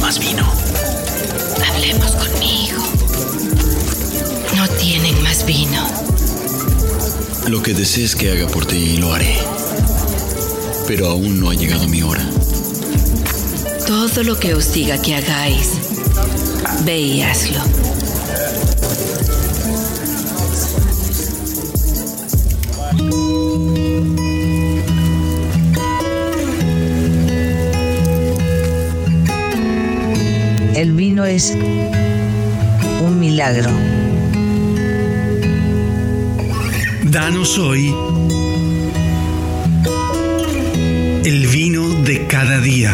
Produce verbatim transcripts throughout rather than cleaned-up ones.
más vino. Hablemos conmigo. No tienen más vino. Lo que desees que haga por ti lo haré. Pero aún no ha llegado mi hora. Todo lo que os diga que hagáis, ve y hazlo. El vino es un milagro. Danos hoy el vino de cada día.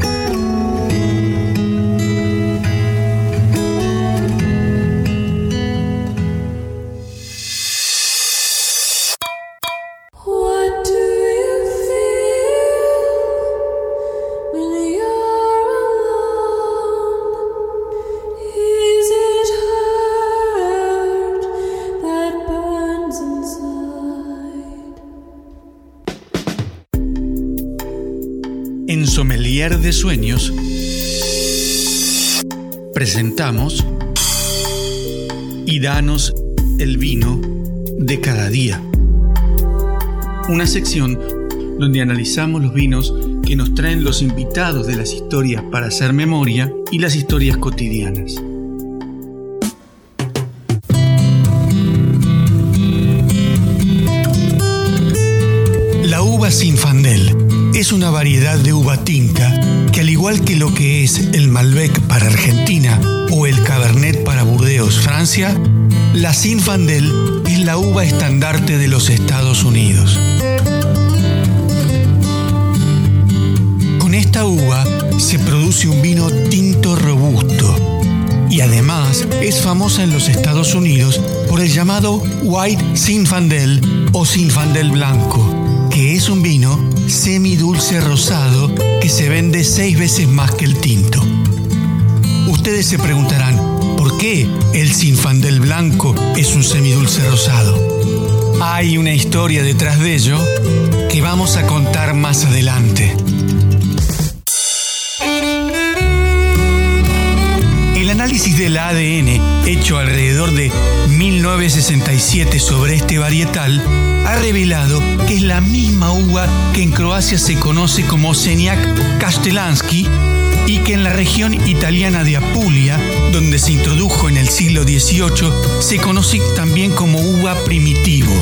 En Sommelier de Sueños presentamos Y danos el vino de cada día, una sección donde analizamos los vinos que nos traen los invitados de las historias para hacer memoria y las historias cotidianas. La uva Zinfandel es una variedad de uva tinta que, al igual que lo que es el Malbec para Argentina o el Cabernet para Burdeos, Francia, la Zinfandel es la uva estandarte de los Estados Unidos. Con esta uva se produce un vino tinto robusto y además es famosa en los Estados Unidos por el llamado White Zinfandel o Zinfandel blanco, que es un vino semidulce rosado que se vende seis veces más que el tinto. Ustedes se preguntarán, ¿por qué el Zinfandel blanco es un semidulce rosado? Hay una historia detrás de ello que vamos a contar más adelante. El análisis del A D N hecho alrededor de mil novecientos sesenta y siete sobre este varietal ha revelado que es la misma uva que en Croacia se conoce como Senjak Kaštelanski y que en la región italiana de Apulia, donde se introdujo en el siglo dieciocho, se conoce también como uva primitivo.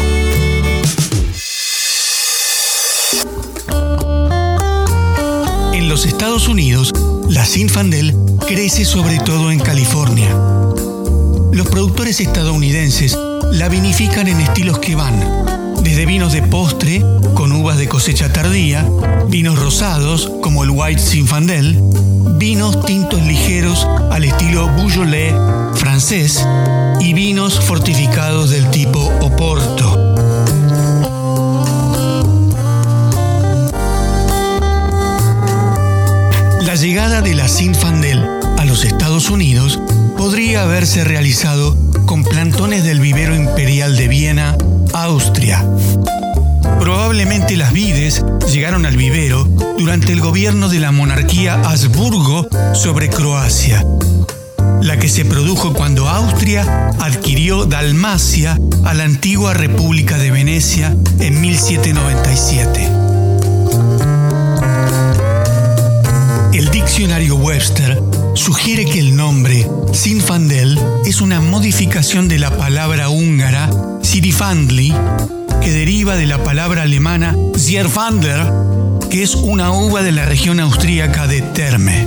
En los Estados Unidos, la Zinfandel crece sobre todo en California. Los productores estadounidenses la vinifican en estilos que van desde vinos de postre con uvas de cosecha tardía, vinos rosados como el White Zinfandel, vinos tintos ligeros al estilo Beaujolais francés y vinos fortificados del tipo Oporto. La llegada de la Zinfandel a los Estados Unidos podría haberse realizado con plantones del vivero imperial de Viena, Austria. Probablemente las vides llegaron al vivero durante el gobierno de la monarquía Habsburgo sobre Croacia, la que se produjo cuando Austria adquirió Dalmacia a la antigua República de Venecia en mil setecientos noventa y siete. El diccionario Webster sugiere que el nombre Zinfandel es una modificación de la palabra húngara Zirifandli, que deriva de la palabra alemana Zierfandler, que es una uva de la región austríaca de Terme.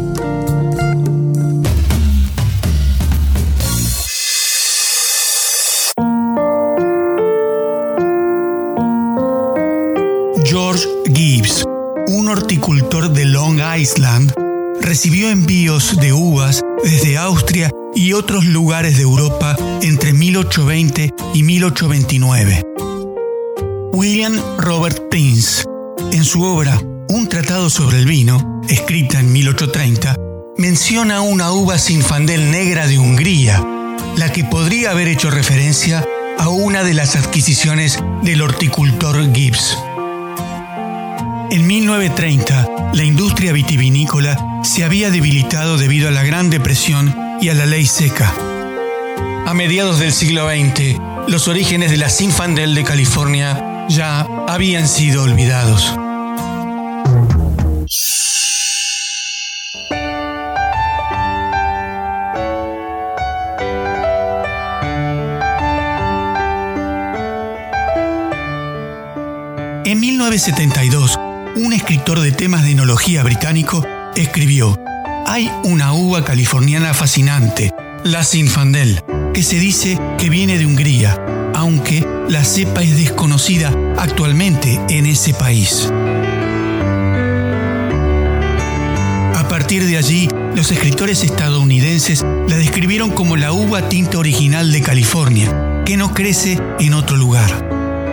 George Gibbs, un horticultor de Long Island, recibió envíos de uvas desde Austria y otros lugares de Europa entre mil ochocientos veinte y mil ochocientos veintinueve. William Robert Prince, en su obra Un tratado sobre el vino, escrita en mil ochocientos treinta, menciona una uva Zinfandel negra de Hungría, la que podría haber hecho referencia a una de las adquisiciones del horticultor Gibbs. En mil novecientos treinta, la industria vitivinícola se había debilitado debido a la Gran Depresión y a la ley seca. A mediados del siglo veinte, los orígenes de la Zinfandel de California ya habían sido olvidados. En mil novecientos setenta y dos, un escritor de temas de enología británico escribió: hay una uva californiana fascinante, la Zinfandel, que se dice que viene de Hungría, aunque la cepa es desconocida actualmente en ese país. A partir de allí, los escritores estadounidenses la describieron como la uva tinta original de California, que no crece en otro lugar.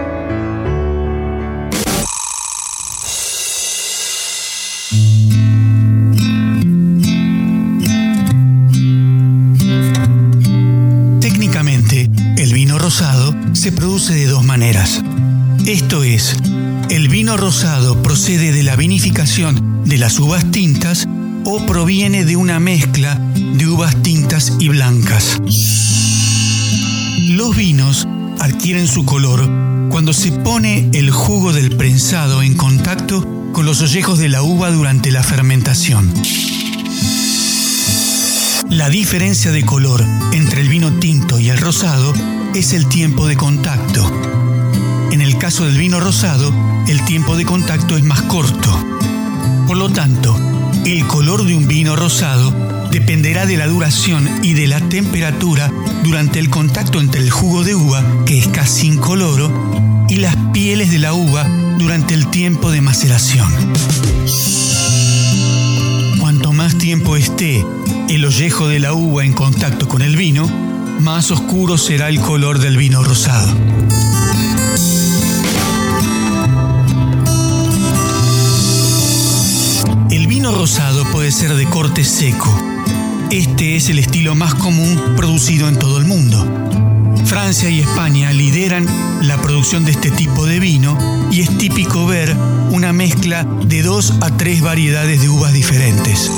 Rosado se produce de dos maneras. Esto es, el vino rosado procede de la vinificación de las uvas tintas o proviene de una mezcla de uvas tintas y blancas. Los vinos adquieren su color cuando se pone el jugo del prensado en contacto con los ollejos de la uva durante la fermentación. La diferencia de color entre el vino tinto y el rosado es el tiempo de contacto. En el caso del vino rosado, el tiempo de contacto es más corto. Por lo tanto, el color de un vino rosado dependerá de la duración y de la temperatura durante el contacto entre el jugo de uva, que es casi incoloro, y las pieles de la uva durante el tiempo de maceración. Cuanto más tiempo esté el ollejo de la uva en contacto con el vino, más oscuro será el color del vino rosado. El vino rosado puede ser de corte seco. Este es el estilo más común producido en todo el mundo. Francia y España lideran la producción de este tipo de vino y es típico ver una mezcla de dos a tres variedades de uvas diferentes.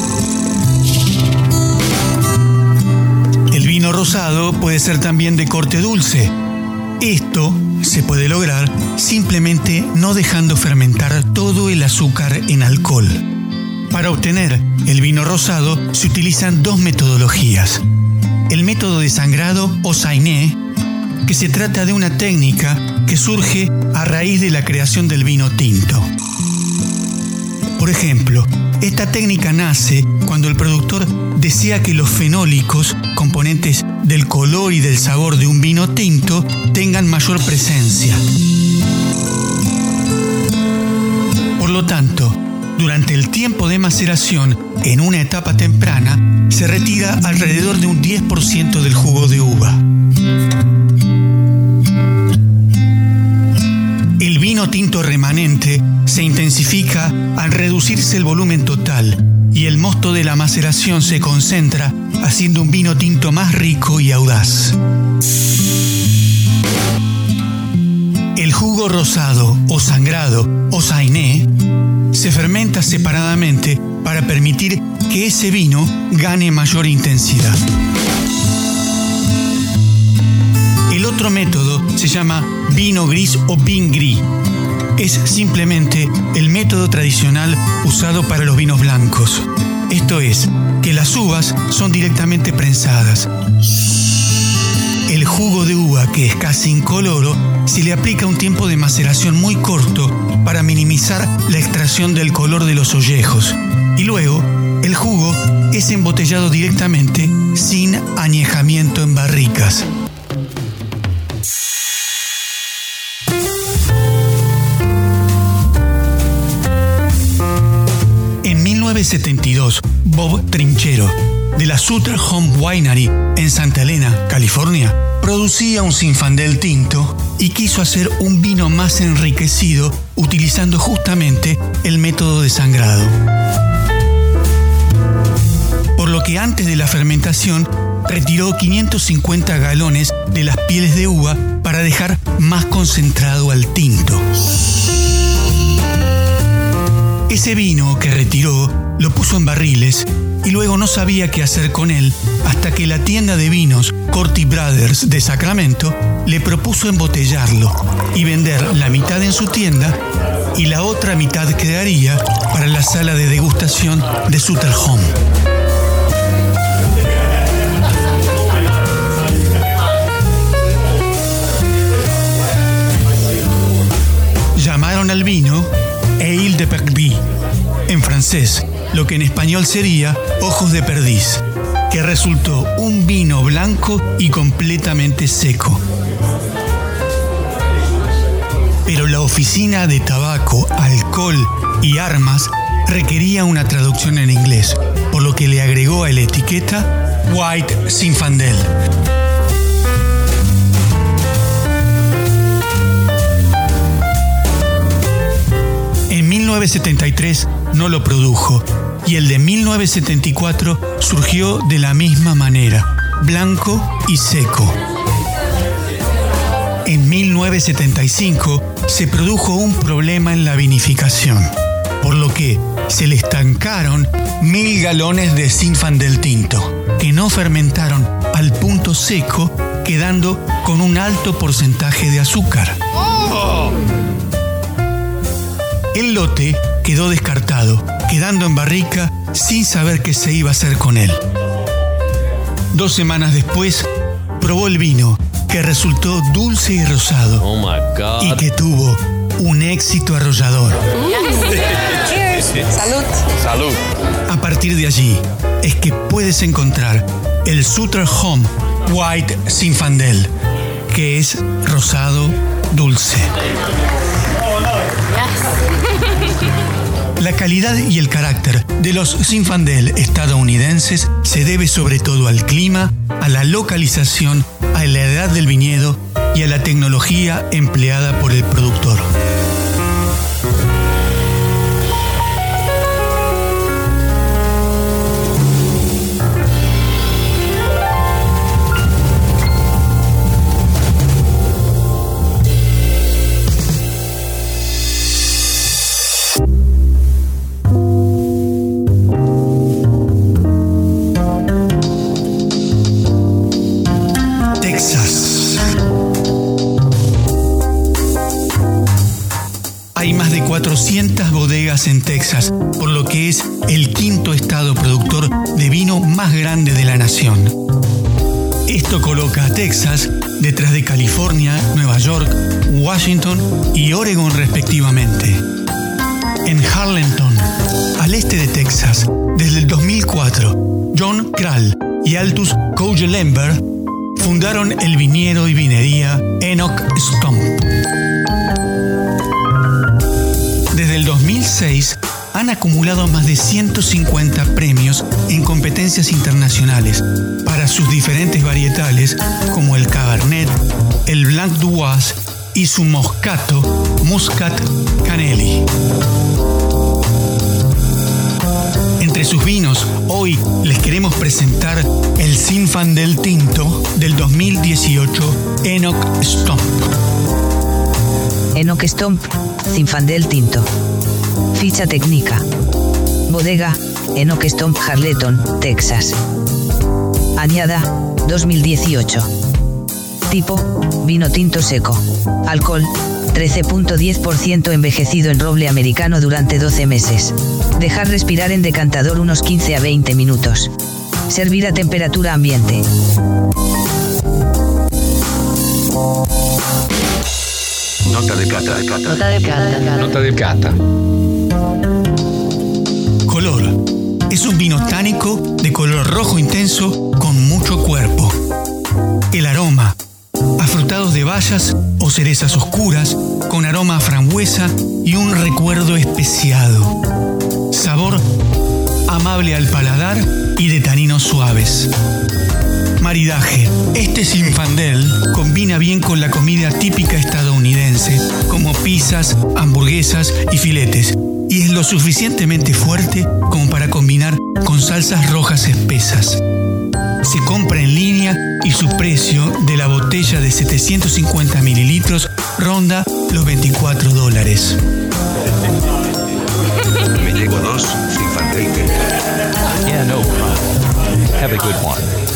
El vino rosado puede ser también de corte dulce. Esto se puede lograr simplemente no dejando fermentar todo el azúcar en alcohol. Para obtener el vino rosado se utilizan dos metodologías. El método de sangrado o sainé, que se trata de una técnica que surge a raíz de la creación del vino tinto. Por ejemplo, esta técnica nace cuando el productor desea que los fenólicos, componentes del color y del sabor de un vino tinto, tengan mayor presencia. Por lo tanto, durante el tiempo de maceración, en una etapa temprana, se retira alrededor de un diez por ciento del jugo de uva. El vino tinto remanente se intensifica al reducirse el volumen total y el mosto de la maceración se concentra, haciendo un vino tinto más rico y audaz. El jugo rosado o sangrado o sainé se fermenta separadamente para permitir que ese vino gane mayor intensidad. El otro método se llama vino gris o vin gris. Es simplemente el método tradicional usado para los vinos blancos. Esto es, que las uvas son directamente prensadas. El jugo de uva, que es casi incoloro, se le aplica un tiempo de maceración muy corto para minimizar la extracción del color de los ollejos. Y luego, el jugo es embotellado directamente sin añejamiento en barricas. En mil novecientos setenta y dos, Bob Trinchero, de la Sutter Home Winery en Santa Elena, California, producía un Zinfandel tinto y quiso hacer un vino más enriquecido utilizando justamente el método de sangrado. Por lo que antes de la fermentación retiró quinientos cincuenta galones de las pieles de uva para dejar más concentrado al tinto. Ese vino que retiró lo puso en barriles y luego no sabía qué hacer con él hasta que la tienda de vinos Corti Brothers de Sacramento le propuso embotellarlo y vender la mitad en su tienda y la otra mitad quedaría para la sala de degustación de Sutter Home. Llamaron al vino Ale de Perdiz, en francés, lo que en español sería Ojos de Perdiz, que resultó un vino blanco y completamente seco. Pero la Oficina de Tabaco, Alcohol y Armas requería una traducción en inglés, por lo que le agregó a la etiqueta White Zinfandel. En mil novecientos setenta y tres no lo produjo y el de mil novecientos setenta y cuatro surgió de la misma manera, blanco y seco. En mil novecientos setenta y cinco se produjo un problema en la vinificación, por lo que se le estancaron mil galones de Zinfandel tinto, que no fermentaron al punto seco, quedando con un alto porcentaje de azúcar. Oh. El lote quedó descartado, quedando en barrica sin saber qué se iba a hacer con él. Dos semanas después, probó el vino, que resultó dulce y rosado. Oh my God. Y que tuvo un éxito arrollador. Cheers. Salud. Salud. A partir de allí es que puedes encontrar el Sutter Home White Zinfandel, que es rosado dulce. La calidad y el carácter de los Zinfandel estadounidenses se debe sobre todo al clima, a la localización, a la edad del viñedo y a la tecnología empleada por el productor. Hay más de cuatrocientas bodegas en Texas, por lo que es el quinto estado productor de vino más grande de la nación. Esto coloca a Texas detrás de California, Nueva York, Washington y Oregon respectivamente. En Harlingen, al este de Texas, desde el dos mil cuatro, John Krall y Altus Kougelenberg fundaron el viñedo y vinería Enoch Stomp. Desde el dos mil seis han acumulado más de ciento cincuenta premios en competencias internacionales para sus diferentes varietales como el Cabernet, el Blanc d'Oise y su Moscato, Muscat Canelli. Entre sus vinos, hoy les queremos presentar el Zinfandel tinto del dos mil dieciocho Enoch Stomp. Enoch Stomp, Zinfandel tinto. Ficha técnica. Bodega, Enoch Stomp, Harleton, Texas. Añada, dos mil dieciocho. Tipo, vino tinto seco. Alcohol, trece punto diez por ciento envejecido en roble americano durante doce meses. Dejar respirar en decantador unos quince a veinte minutos. Servir a temperatura ambiente. Nota de cata, de cata. Nota de cata. Nota de cata. Color. Es un vino tánico de color rojo intenso con mucho cuerpo. El aroma. Afrutados de bayas o cerezas oscuras con aroma a frambuesa y un recuerdo especiado. Sabor amable al paladar y de taninos suaves. Maridaje. Este Zinfandel combina bien con la comida típica estadounidense, como pizzas, hamburguesas y filetes, y es lo suficientemente fuerte como para combinar con salsas rojas espesas. Se compra en línea y su precio de la botella de setecientos cincuenta mililitros ronda los veinticuatro dólares. Me llevo dos Zinfandel. Have a good one.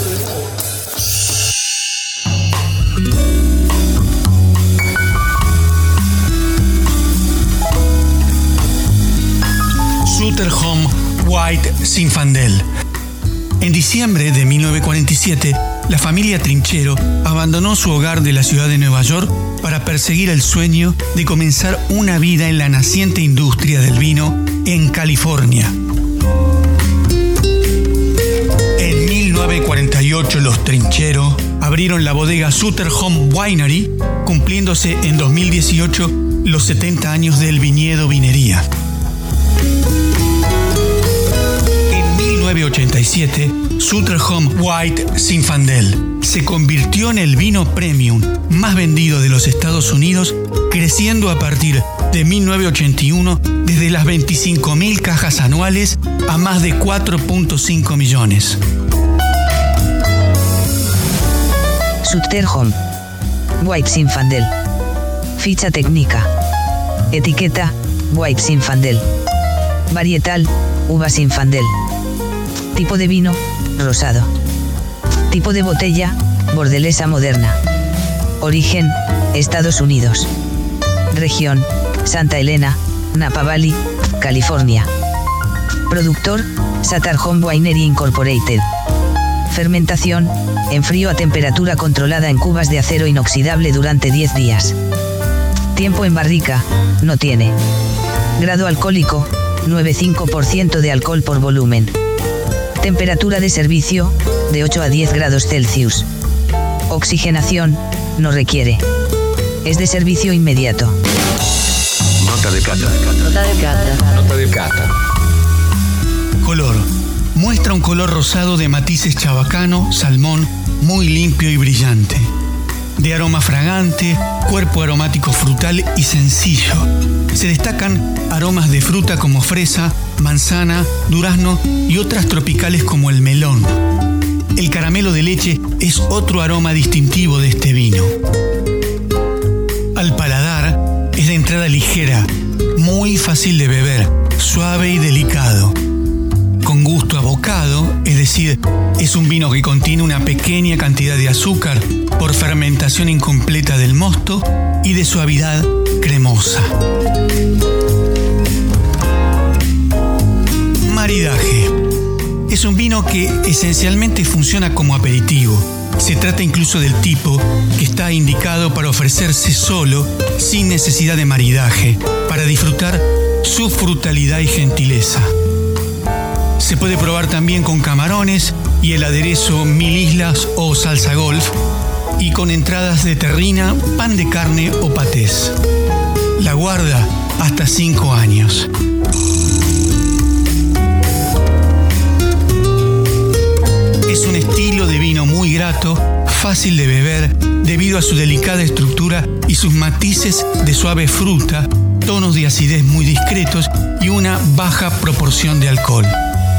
Sutter Home White Zinfandel. En diciembre de mil novecientos cuarenta y siete, la familia Trinchero abandonó su hogar de la ciudad de Nueva York para perseguir el sueño de comenzar una vida en la naciente industria del vino en California. En mil novecientos cuarenta y ocho, los Trinchero abrieron la bodega Sutter Home Winery, cumpliéndose en dos mil dieciocho los setenta años del viñedo vinería. En mil novecientos ochenta y siete, Sutter Home White Zinfandel se convirtió en el vino premium más vendido de los Estados Unidos, creciendo a partir de mil novecientos ochenta y uno desde las veinticinco mil cajas anuales a más de cuatro punto cinco millones. Sutter Home White Zinfandel. Ficha técnica. Etiqueta: White Zinfandel. Varietal: uva Zinfandel. Tipo de vino: rosado. Tipo de botella: bordelesa moderna. Origen: Estados Unidos. Región: Santa Elena, Napa Valley, California. Productor: Sutter Home Winery Incorporated. Fermentación: en frío a temperatura controlada en cubas de acero inoxidable durante diez días. Tiempo en barrica: no tiene. Grado alcohólico: nueve coma cinco por ciento de alcohol por volumen. Temperatura de servicio: de ocho a diez grados Celsius. Oxigenación: no requiere. Es de servicio inmediato. Nota de cata. Nota de cata. Nota de cata. Color: muestra un color rosado de matices chabacano, salmón, muy limpio y brillante. De aroma fragante, cuerpo aromático frutal y sencillo. Se destacan aromas de fruta como fresa, manzana, durazno y otras tropicales como el melón. El caramelo de leche es otro aroma distintivo de este vino. Al paladar es de entrada ligera, muy fácil de beber, suave y delicado. Con gusto a bocado, es decir, es un vino que contiene una pequeña cantidad de azúcar por fermentación incompleta del mosto y de suavidad cremosa. Maridaje. Es un vino que esencialmente funciona como aperitivo. Se trata incluso del tipo que está indicado para ofrecerse solo, sin necesidad de maridaje, para disfrutar su frutalidad y gentileza. Se puede probar también con camarones y el aderezo Mil Islas o salsa golf, y con entradas de terrina, pan de carne o patés. La guarda hasta cinco años. Es un estilo de vino muy grato, fácil de beber, debido a su delicada estructura y sus matices de suave fruta, tonos de acidez muy discretos y una baja proporción de alcohol.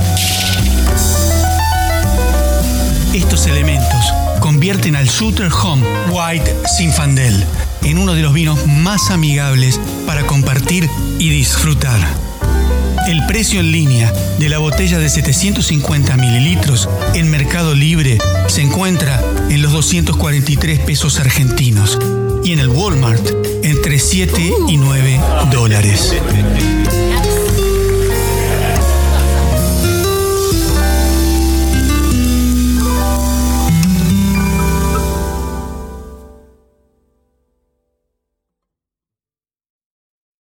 Estos elementos convierten al Sutter Home White Zinfandel en uno de los vinos más amigables para compartir y disfrutar. El precio en línea de la botella de setecientos cincuenta mililitros en Mercado Libre se encuentra en los doscientos cuarenta y tres pesos argentinos y en el Walmart entre siete y nueve dólares.